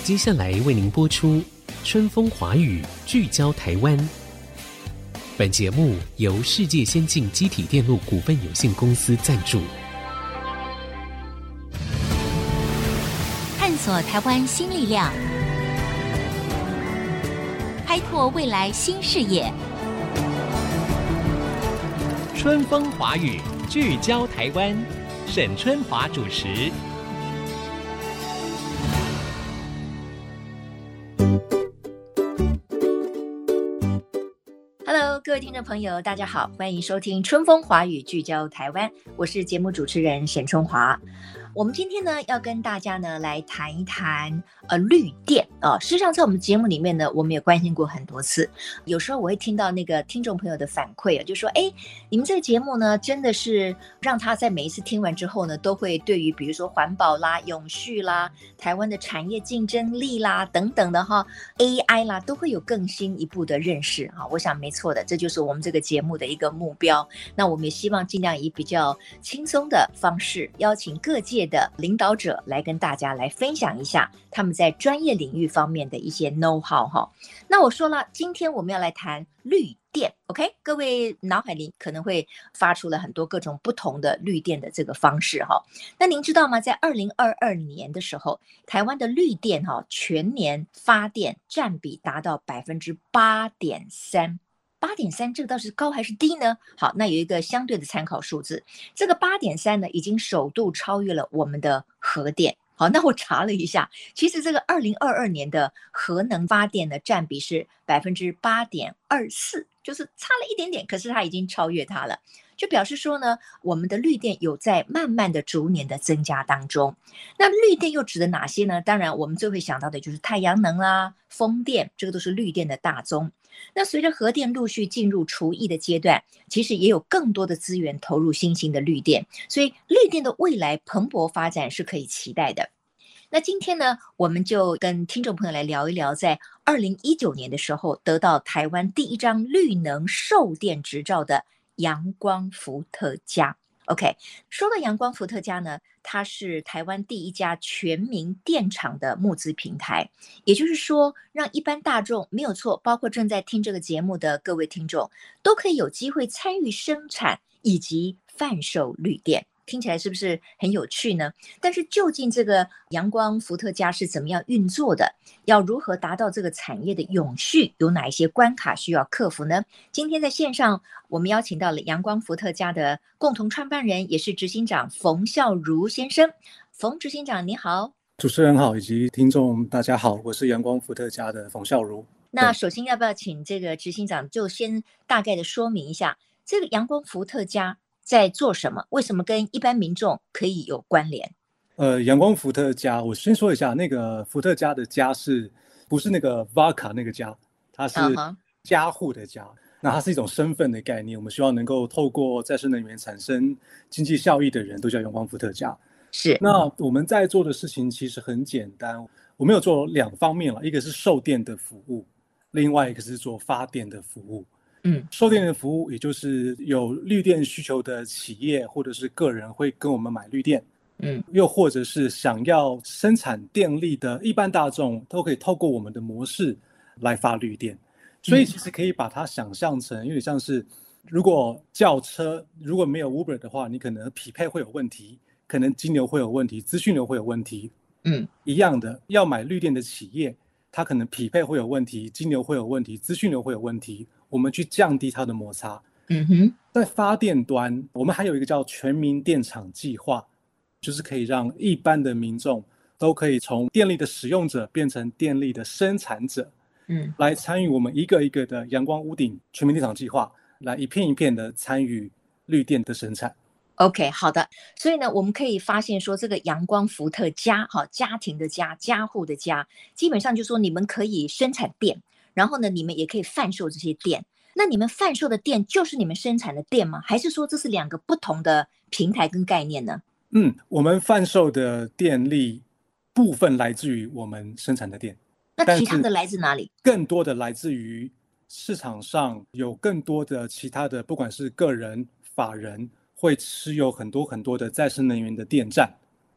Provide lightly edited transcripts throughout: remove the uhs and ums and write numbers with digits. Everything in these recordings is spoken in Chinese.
接下来为您播出春风华语，聚焦台湾。本节目由世界先进机体电路股份有限公司赞助。 探索台湾新力量，开拓未来新视野。 春风华语，聚焦台湾。沈春华主持。 Hello， 各位听众朋友，大家好，欢迎收听春风华语，聚焦台湾，我是节目主持人沈春华。我们今天呢，要跟大家呢来谈一谈绿电啊。事实上，在我们节目里面呢，我们也关心过很多次。有时候我会听到那个听众朋友的反馈啊，就说：“哎，你们这个节目呢，真的是让他在每一次听完之后呢，都会对于比如说环保啦、永续啦、台湾的产业竞争力啦等等的哈 ，AI 啦，都会有更新一步的认识哈。我想没错的，这就是我们这个节目的一个目标。那我们也希望尽量以比较轻松的方式，邀请各界的领导者来跟大家来分享一下他们在专业领域方面的一些 know how 哈。那我说了，今天我们要来谈绿电 ，OK？ 各位脑海里可能会发出了很多各种不同的绿电的这个方式哈。那您知道吗？在2022年的时候，台湾的绿电哈全年发电占比达到8.3%。8.3这个倒是高还是低呢？好，那有一个相对的参考数字，这个8.3呢，已经首度超越了我们的核电。好，那我查了一下，其实这个2022年的核能发电的占比是8.24%，就是差了一点点，可是它已经超越它了。就表示说呢，我们的绿电有在慢慢的逐年的增加当中。那绿电又指的哪些呢？当然我们最会想到的就是太阳能啦、风电，这个都是绿电的大宗。那随着核电陆续进入除役的阶段，其实也有更多的资源投入新兴的绿电，所以绿电的未来蓬勃发展是可以期待的。那今天呢，我们就跟听众朋友来聊一聊，在2019年的时候得到台湾第一张绿能售电执照的阳光伏特加。OK， 说到阳光伏特加呢，它是台湾第一家全民电厂的募资平台，也就是说，让一般大众没有错，包括正在听这个节目的各位听众，都可以有机会参与生产以及贩售绿电。听起来是不是很有趣呢？但是究竟这个阳光伏特加是怎么样运作的？要如何达到这个产业的永续？有哪一些关卡需要克服呢？今天在线上，我们邀请到了阳光伏特加的共同创办人，也是执行长冯孝如先生。冯执行长你好。 主持人好，以及听众大家好，我是阳光伏特加的冯孝如。 那首先要不要请这个执行长就先大概的说明一下，这个阳光伏特加在做什么？为什么跟一般民众可以有关联？ 阳光伏特加，我先说一下，那个伏特加的加是不是那个 vodka 那个加，它是加户的加。那它是一种身份的概念，我们希望能够透过再生能源产生经济效益的人都叫阳光伏特加。 是。 那我们在做的事情其实很简单，我们有做2方面了，一个是售电的服务，另外一个是做发电的服务。售电的服务也就是有绿电需求的企业或者是个人会跟我们买绿电，又或者是想要生产电力的一般大众都可以透过我们的模式来发绿电。所以其实可以把它想象成有点像是，如果叫车如果没有 Uber 的话，你可能匹配会有问题，可能金流会有问题，资讯流会有问题。一样的，要买绿电的企业，它可能匹配会有问题，金流会有问题，资讯流会有问题，我们去降低它的摩擦。在发电端，我们还有一个叫全民电厂计划，就是可以让一般的民众都可以从电力的使用者变成电力的生产者，来参与我们一个一个的阳光屋顶全民电厂计划，来一片一片的参与绿电的生产。 OK， 好的。所以呢，我们可以发现说，这个阳光伏特加，家庭的家，家户的家，基本上就说你们可以生产电，然后呢，你们也可以贩售这些电。那你们贩售的电就是你们生产的电吗？还是说这是2个不同的平台跟概念呢？ 我们贩售的电力部分来自于我们生产的电， 那其他的来自哪里？ 更多的来自于市场上有更多的其他的，不管是个人、法人，会持有很多很多的再生能源的电站。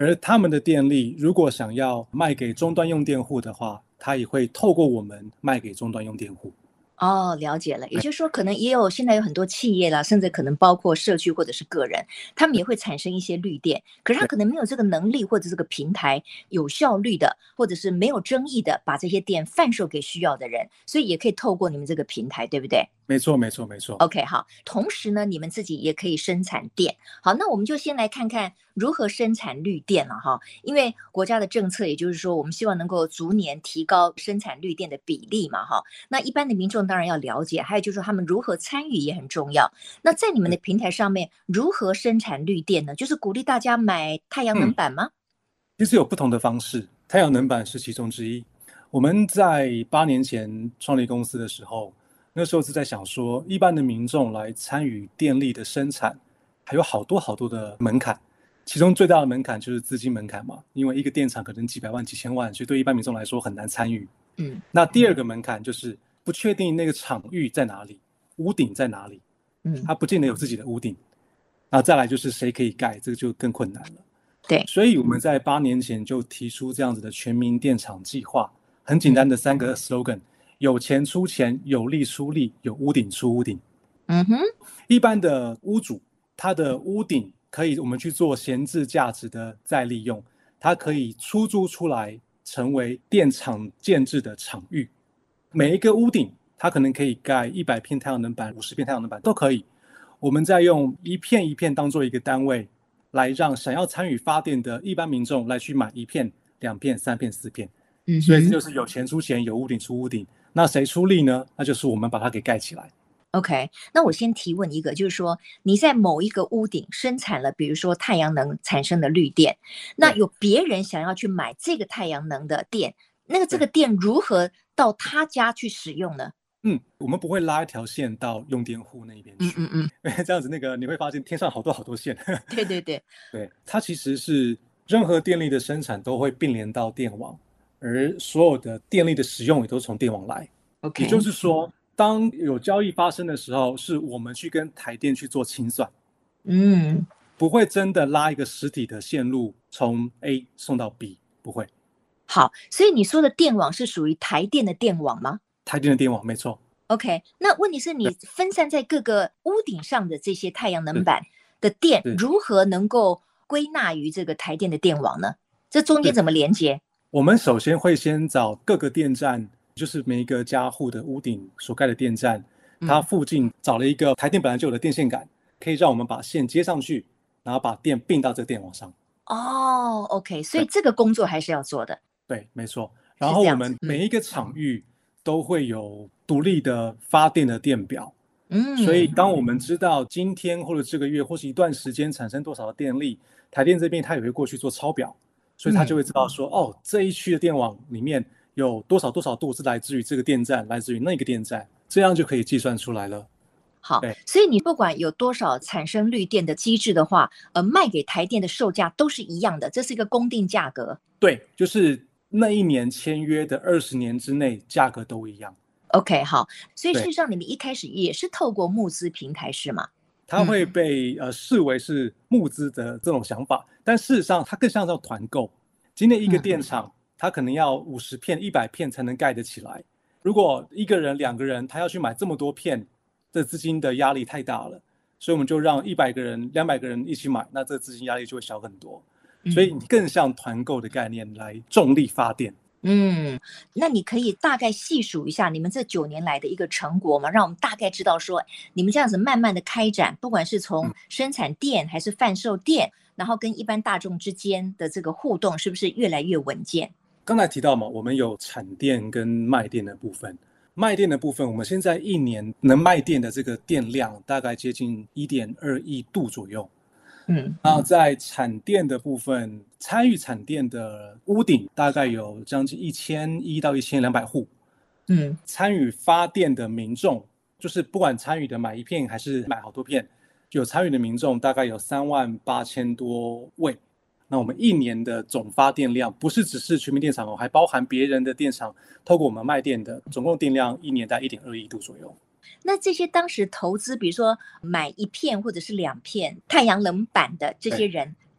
而他们的电力如果想要卖给终端用电户的话，他也会透过我们卖给终端用电户。 哦，了解了。也就是说，可能现在有很多企业啦，甚至可能包括社区或者是个人，他们也会产生一些绿电，可是他可能没有这个能力或者这个平台有效率的，或者是没有争议的把这些电贩售给需要的人，所以也可以透过你们这个平台，对不对？ 没错，没错，没错。 OK， 好。同时呢，你们自己也可以生产电。好，那我们就先来看看如何生产绿电了哈。因为国家的政策，也就是说，我们希望能够逐年提高生产绿电的比例嘛哈。那一般的民众当然要了解，还有就是说他们如何参与也很重要。那在你们的平台上面，如何生产绿电呢？就是鼓励大家买太阳能板吗？ 其实有不同的方式，太阳能板是其中之一。我们在8年前创立公司的时候，那时候是在想说，一般的民众来参与电力的生产，还有好多好多的门槛。其中最大的门槛就是资金门槛嘛，因为一个电厂可能几百万、几千万，所以对一般民众来说很难参与。那第二个门槛就是不确定那个场域在哪里，屋顶在哪里。它不见得有自己的屋顶。那再来就是谁可以盖，这个就更困难了。 对， 所以我们在8年前就提出这样子的全民电厂计划，很简单的3个 slogan。有钱出钱，有力出力，有屋顶出屋顶。一般的屋主，他的屋顶可以我们去做闲置价值的再利用，它可以出租出来成为电厂建制的场域。每一个屋顶，它可能可以盖100片太阳能板、50片太阳能板都可以。我们再用一片一片当做一个单位，来让想要参与发电的一般民众来去买1片、2片、3片、4片。所以这就是有钱出钱，有屋顶出屋顶。那谁出力呢？那就是我们把它给盖起来。 OK， 那我先提问一个，就是说你在某一个屋顶生产了，比如说太阳能产生的绿电，那有别人想要去买这个太阳能的电，那这个电如何到他家去使用呢？ 我们不会拉一条线到用电户那边去。因为这样子你会发现天上好多好多线。 对对对， 它其实是任何电力的生产都会并联到电网。而所有的电力的使用也都从电网来。也就是说，当有交易发生的时候，是我们去跟台电去做清算。不会真的拉一个实体的线路从 A 送到 B， 不会。 好，所以你说的电网是属于台电的电网吗？ 台电的电网，没错。 OK， 那问题是你分散在各个屋顶上的这些太阳能板的电，如何能够归纳于这个台电的电网呢？这中间怎么连接？ 我们首先会先找各个电站，就是每一个家户的屋顶所盖的电站，它附近找了一个台电本来就有的电线杆，可以让我们把线接上去，然后把电并到这个电网上。 OK， 所以这个工作还是要做的。 对，没错。然后我们每一个场域都会有独立的发电的电表。所以当我们知道今天或者这个月或是一段时间产生多少的电力，台电这边它也会过去做抄表。所以他就会知道说，这一区的电网里面有多少多少度是来自于这个电站，来自于那个电站，这样就可以计算出来了。 好，所以你不管有多少产生绿电的机制的话，卖给台电的售价都是一样的，这是一个公定价格。 对，就是那一年签约的20年之内价格都一样。 OK， 好，所以事实上你们一开始也是透过募资平台是吗？ 它会被视为是募资的这种想法，但事实上它更像是团购。今天一个电厂，它可能要50片、100片才能盖得起来。如果1个人、2个人，他要去买这么多片，这资金的压力太大了，所以我们就让100个人、200个人一起买，那这资金压力就会小很多。所以更像团购的概念来重力发电。 那你可以大概细数一下你们这9年来的一个成果吗？让我们大概知道说，你们这样子慢慢的开展，不管是从生产电还是贩售电，然后跟一般大众之间的这个互动，是不是越来越稳健？ 刚才提到嘛，我们有产电跟卖电的部分。卖电的部分，我们现在1年能卖电的这个电量大概接近1.2亿度左右。那在产电的部分，参与产电的屋顶大概有将近1100到1200户。参与发电的民众，就是不管参与的买1片还是买好多片，有参与的民众大概有38000多位。那我们1年的总发电量，不是只是全民电厂，还包含别人的电厂透过我们卖电的，总共电量1年大概1.2亿度左右。 那这些当时投资，比如说买1片或者是2片太阳能板的这些人，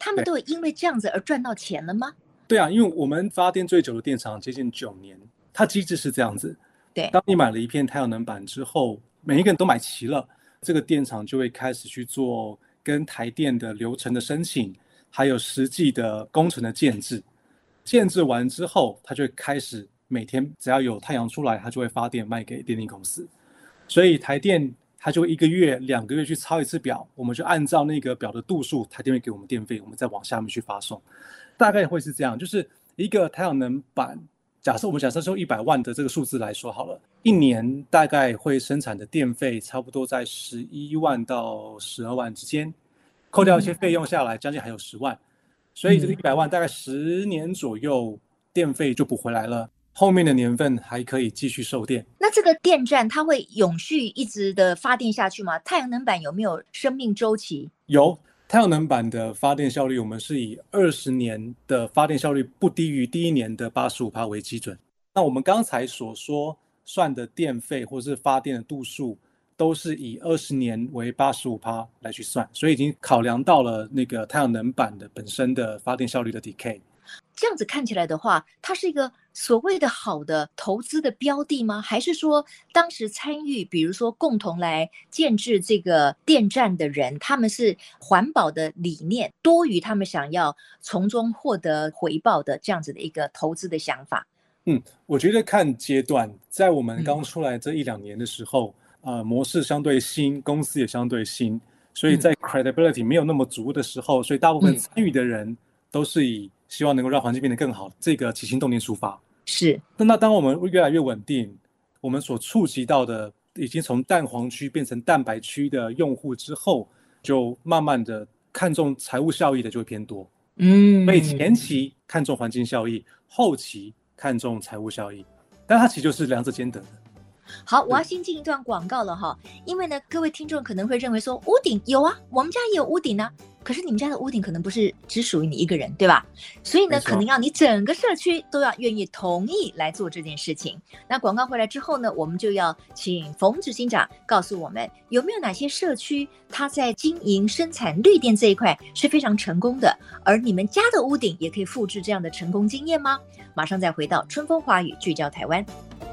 他们都有因为这样子而赚到钱了吗？ 对啊，因为我们发电最久的电厂接近9年，它机制是这样子。 对， 当你买了一片太阳能板之后，每一个人都买齐了，这个电厂就会开始去做跟台电的流程的申请，还有实际的工程的建制。建制完之后，它就会开始每天只要有太阳出来，它就会发电卖给电力公司。所以台电它就1个月、2个月去抄一次表，我们就按照那个表的度数，台电会给我们电费，我们再往下面去发送。大概会是这样，就是一个太阳能板，我们假设用100万的这个数字来说好了，一年大概会生产的电费差不多在11万到12万之间，扣掉一些费用下来，将近还有10万。所以这个100万大概10年左右电费就补回来了，后面的年份还可以继续售电。 那这个电站它会永续一直的发电下去吗？太阳能板有没有生命周期？ 有，太阳能板的发电效率我们是以20年的发电效率不低于第1年的85%为基准。那我们刚才所说算的电费或是发电的度数都是以20年为85%来去算，所以已经考量到了那个太阳能板的本身的发电效率的 decay。 这样子看起来的话，它是一个所谓的好的投资的标的吗？还是说当时参与比如说共同来建制这个电站的人，他们是环保的理念多于他们想要从中获得回报的这样子的一个投资的想法？ 我觉得看阶段，在我们刚出来这1-2年的时候，模式相对新，公司也相对新，所以在 credibility 没有那么足的时候，所以大部分参与的人都是以希望能够让环境变得更好这个起心动念出发。 是。 那当我们越来越稳定，我们所触及到的已经从蛋黄区变成蛋白区的用户之后，就慢慢的看重财务效益的就会偏多。所以前期看重环境效益，后期看重财务效益，但它其实就是两者兼得的。 好，我要先进一段广告了哈，因为呢，各位听众可能会认为说，屋顶有啊，我们家也有屋顶啊，可是你们家的屋顶可能不是只属于你一个人，对吧？所以呢，可能要你整个社区都要愿意同意来做这件事情。那广告回来之后呢，我们就要请冯执行长告诉我们，有没有哪些社区它在经营生产绿电这一块是非常成功的，而你们家的屋顶也可以复制这样的成功经验吗？马上再回到春风华语，聚焦台湾。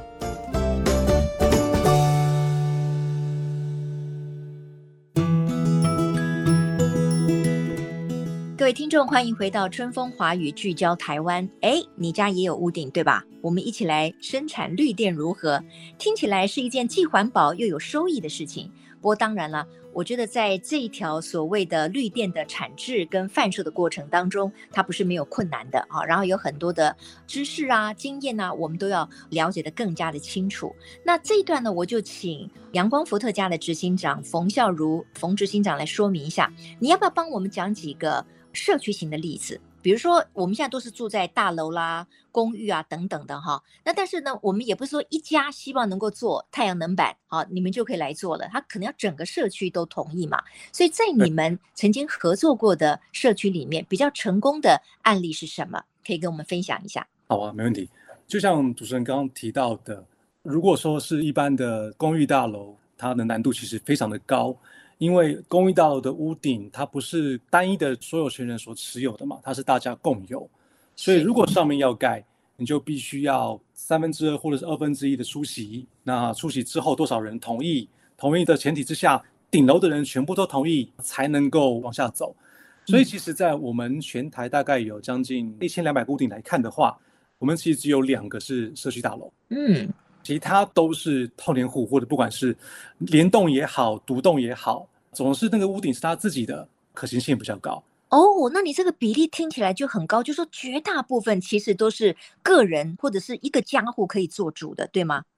各位听众，欢迎回到春风华语，聚焦台湾。你家也有屋顶对吧？我们一起来生产绿电如何？听起来是一件既环保又有收益的事情。不过当然了，我觉得在这一条所谓的绿电的产制跟贩售的过程当中，它不是没有困难的啊。然后有很多的知识啊、经验啊，我们都要了解得更加的清楚。那这一段呢，我就请阳光伏特家的执行长冯孝如冯执行长来说明一下，你要不要帮我们讲几个社区型的例子？比如说我们现在都是住在大楼啦、公寓啊等等的哈，那但是呢，我们也不是说一家希望能够做太阳能板，好，你们就可以来做了，它可能要整个社区都同意嘛。所以在你们曾经合作过的社区里面，比较成功的案例是什么？可以跟我们分享一下。 好啊，没问题。就像主持人刚刚提到的，如果说是一般的公寓大楼，它的难度其实非常的高。因为公寓大楼的屋顶它不是单一的所有权人所持有的嘛，它是大家共有，所以如果上面要盖，你就必须要2/3或者是1/2的出席。那出席之后多少人同意？同意的前提之下，顶楼的人全部都同意才能够往下走。所以其实在我们全台大概有将近1200个屋顶来看的话，我们其实只有2个是社区大楼。其他都是透天户，或者不管是联动也好、独栋也好，总是那个屋顶是他自己的，可行性比较高。 那你这个比例听起来就很高，就说绝大部分其实都是个人或者是一个家户可以做主的，对吗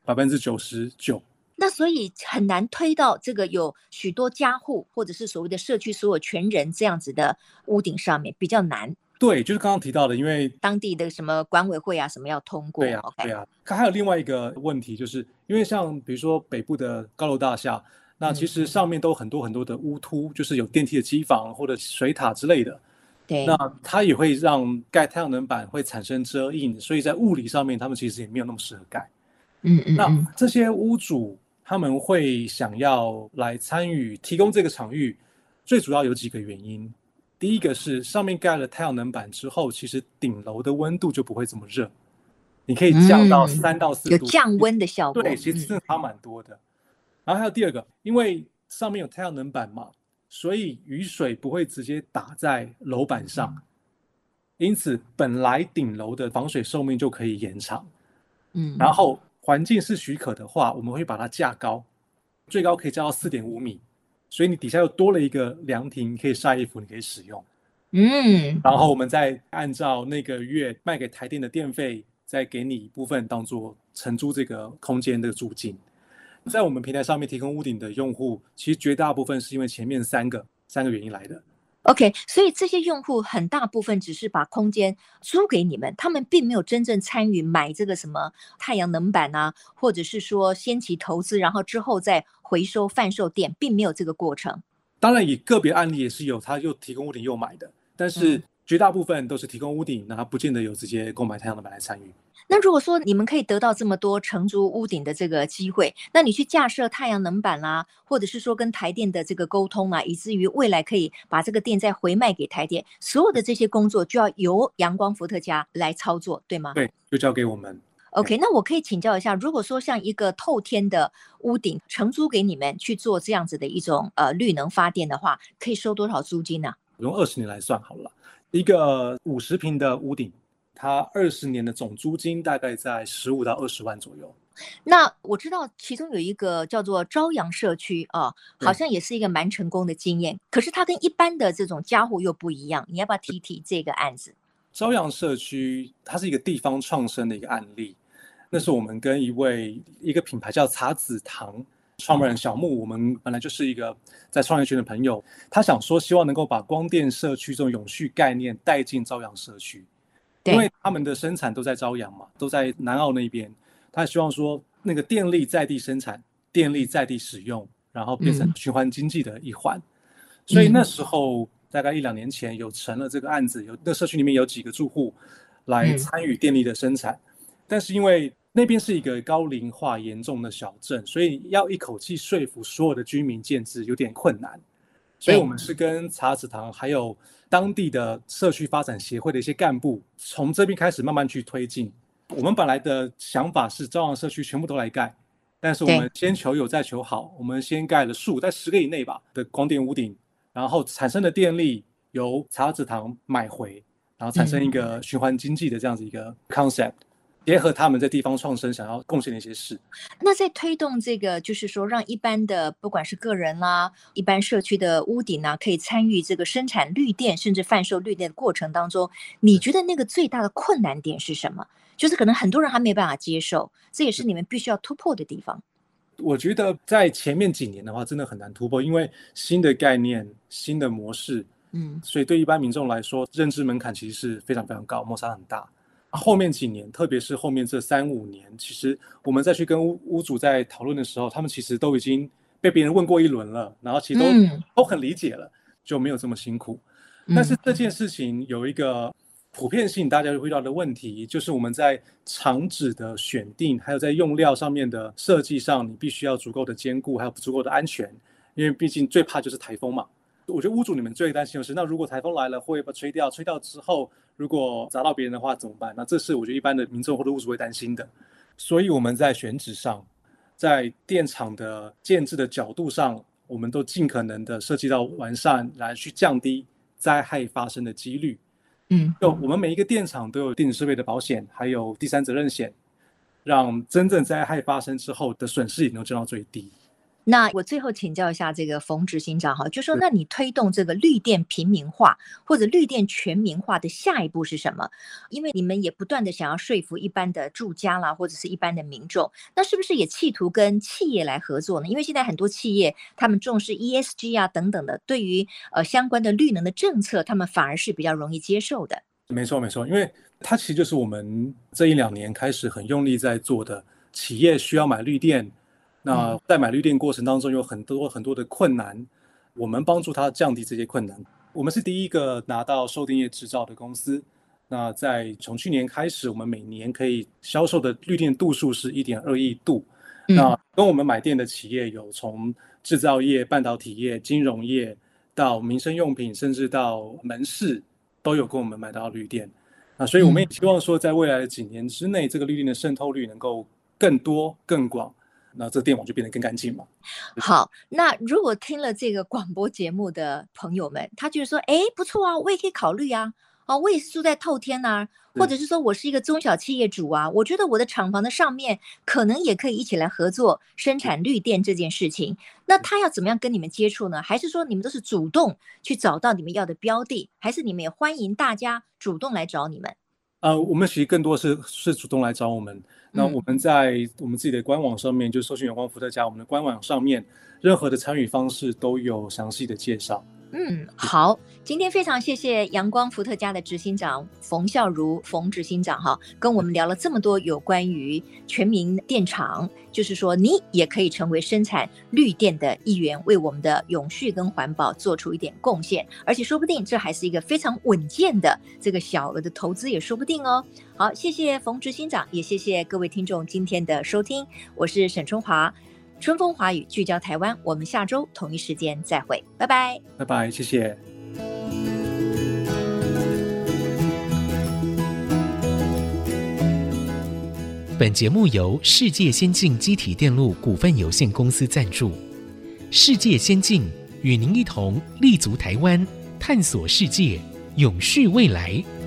？99%。那所以很难推到这个有许多家户或者是所谓的社区所有权人这样子的屋顶上面，比较难。 对，就是刚刚提到的，因为当地的什么管委会啊什么要通过。 对啊。它还有另外一个问题，就是因为像比如说北部的高楼大厦，那其实上面都有很多的屋突，就是有电梯的机房或者水塔之类的。 对， 那它也会让盖太阳能板会产生遮阴，所以在物理上面他们其实也没有那么适合盖。那这些屋主他们会想要来参与提供这个场域，最主要有几个原因。 第一个是上面盖了太阳能板之后，其实顶楼的温度就不会这么热，你可以降到3到4度， 有降温的效果。 对，其实真的差蛮多的。然后还有第二个，因为上面有太阳能板嘛，所以雨水不会直接打在楼板上，因此本来顶楼的防水寿命就可以延长。然后环境是许可的话，我们会把它架高，最高可以架到4.5米，所以你底下又多了一个凉亭，可以晒衣服，你可以使用。然后我们再按照那个月卖给台电的电费，再给你一部分当做承租这个空间的租金。在我们平台上面提供屋顶的用户，其实绝大部分是因为前面三个原因来的。 OK， 所以这些用户很大部分只是把空间租给你们，他们并没有真正参与买这个什么太阳能板啊，或者是说先期投资，然后之后再回收贩售电，并没有这个过程。 当然，以个别案例也是有，他又提供屋顶又买的，但是绝大部分都是提供屋顶，那他不见得有直接购买太阳能板来参与。 那如果说你们可以得到这么多承租屋顶的这个机会，那你去架设太阳能板啦，或者是说跟台电的这个沟通啊，以至于未来可以把这个电再回卖给台电，所有的这些工作就要由阳光伏特家来操作，对吗？ 对，就交给我们。 OK， 那我可以请教一下，如果说像一个透天的屋顶承租给你们去做这样子的一种绿能发电的话，可以收多少租金呢？ 用20年来算好了，一个50平的屋顶，它20年的总租金大概在15到20万左右。 那我知道其中有一个叫做朝阳社区啊，好像也是一个蛮成功的经验，可是它跟一般的这种家户又不一样，你要不要提提这个案子？ 朝阳社区它是一个地方创生的一个案例，那是我们跟一个品牌叫茶籽堂创办人小木，我们本来就是一个在创业圈的朋友，他想说希望能够把光电社区这种永续概念带进朝阳社区，因为他们的生产都在朝阳嘛，都在南澳那边，他希望说那个电力在地生产，电力在地使用，然后变成循环经济的一环。所以那时候大概1-2年前有成了这个案子，那社区里面有几个住户来参与电力的生产，但是因为那边是一个高龄化严重的小镇，所以要一口气说服所有的居民建制有点困难，所以我们是跟茶籽堂还有当地的社区发展协会的一些干部从这边开始慢慢去推进。我们本来的想法是朝阳社区全部都来盖，但是我们先求有再求好，我们先盖了在10个以内吧的光电屋顶，然后产生的电力由茶籽堂买回，然后产生一个循环经济的这样子一个 concept，结合他们在地方创生想要贡献的一些事。 那在推动这个就是说让一般的不管是个人啦，一般社区的屋顶啊，可以参与这个生产绿电甚至贩售绿电的过程当中，你觉得那个最大的困难点是什么？就是可能很多人还没办法接受，这也是你们必须要突破的地方。 我觉得在前面几年的话真的很难突破，因为新的概念新的模式，所以对一般民众来说认知门槛其实是非常非常高，摩擦很大。后面几年特别是后面这3-5年，其实我们再去跟屋主在讨论的时候，他们其实都已经被别人问过一轮了，然后其实都很理解了，就没有这么辛苦。但是这件事情有一个普遍性大家会遇到的问题，就是我们在厂址的选定还有在用料上面的设计上，你必须要足够的坚固还有足够的安全，因为毕竟最怕就是台风嘛。我觉得屋主你们最担心的是，那如果台风来了会把吹掉之后如果砸到别人的话怎么办？那这是我觉得一般的民众或者屋主会担心的。所以我们在选址上，在电厂的建制的角度上，我们都尽可能的设计到完善，来去降低灾害发生的几率。就我们每一个电厂都有电子设备的保险，还有第三责任险，让真正灾害发生之后的损失也能降到最低。 那我最后请教一下这个冯执行长哈，就说那你推动这个绿电平民化或者绿电全民化的下一步是什么？因为你们也不断的想要说服一般的住家啦，或者是一般的民众，那是不是也企图跟企业来合作呢？因为现在很多企业他们重视 ESG 啊等等的，对于相关的绿能的政策，他们反而是比较容易接受的。 没错没错，因为它其实就是我们这1-2年开始很用力在做的，企业需要买绿电。那在买绿电过程当中有很多很多的困难，我们帮助他降低这些困难。我们是第一个拿到售电业执照的公司，那从去年开始，我们每年可以销售的绿电度数是1.2亿度。那跟我们买电的企业有从制造业、半导体业、金融业到民生用品，甚至到门市都有跟我们买到绿电。所以我们也希望说，在未来的几年之内，这个绿电的渗透率能够更多更广，那这电网就变得更干净嘛。 好，那如果听了这个广播节目的朋友们，他觉得说，哎，不错啊，我也可以考虑啊。我也是住在透天啊，或者是说我是一个中小企业主啊，我觉得我的厂房的上面可能也可以一起来合作生产绿电这件事情。那他要怎么样跟你们接触呢？还是说你们都是主动去找到你们要的标的，还是你们也欢迎大家主动来找你们？ 我们其实更多是主动来找我们。那我们在我们自己的官网上面，就搜寻阳光伏特加，我们的官网上面任何的参与方式都有详细的介绍。 好，今天非常谢谢阳光伏特加的执行长冯孝如冯执行长跟我们聊了这么多有关于全民电厂，就是说你也可以成为生产绿电的一员，为我们的永续跟环保做出一点贡献，而且说不定这还是一个非常稳健的这个小额的投资也说不定哦。好，谢谢冯执行长，也谢谢各位听众今天的收听，我是沈春华，春风华语聚焦台湾，我们下周同一时间再会，拜拜。 拜拜，谢谢。 本节目由世界先进机体电路股份有限公司赞助，世界先进与您一同立足台湾，探索世界，永续未来。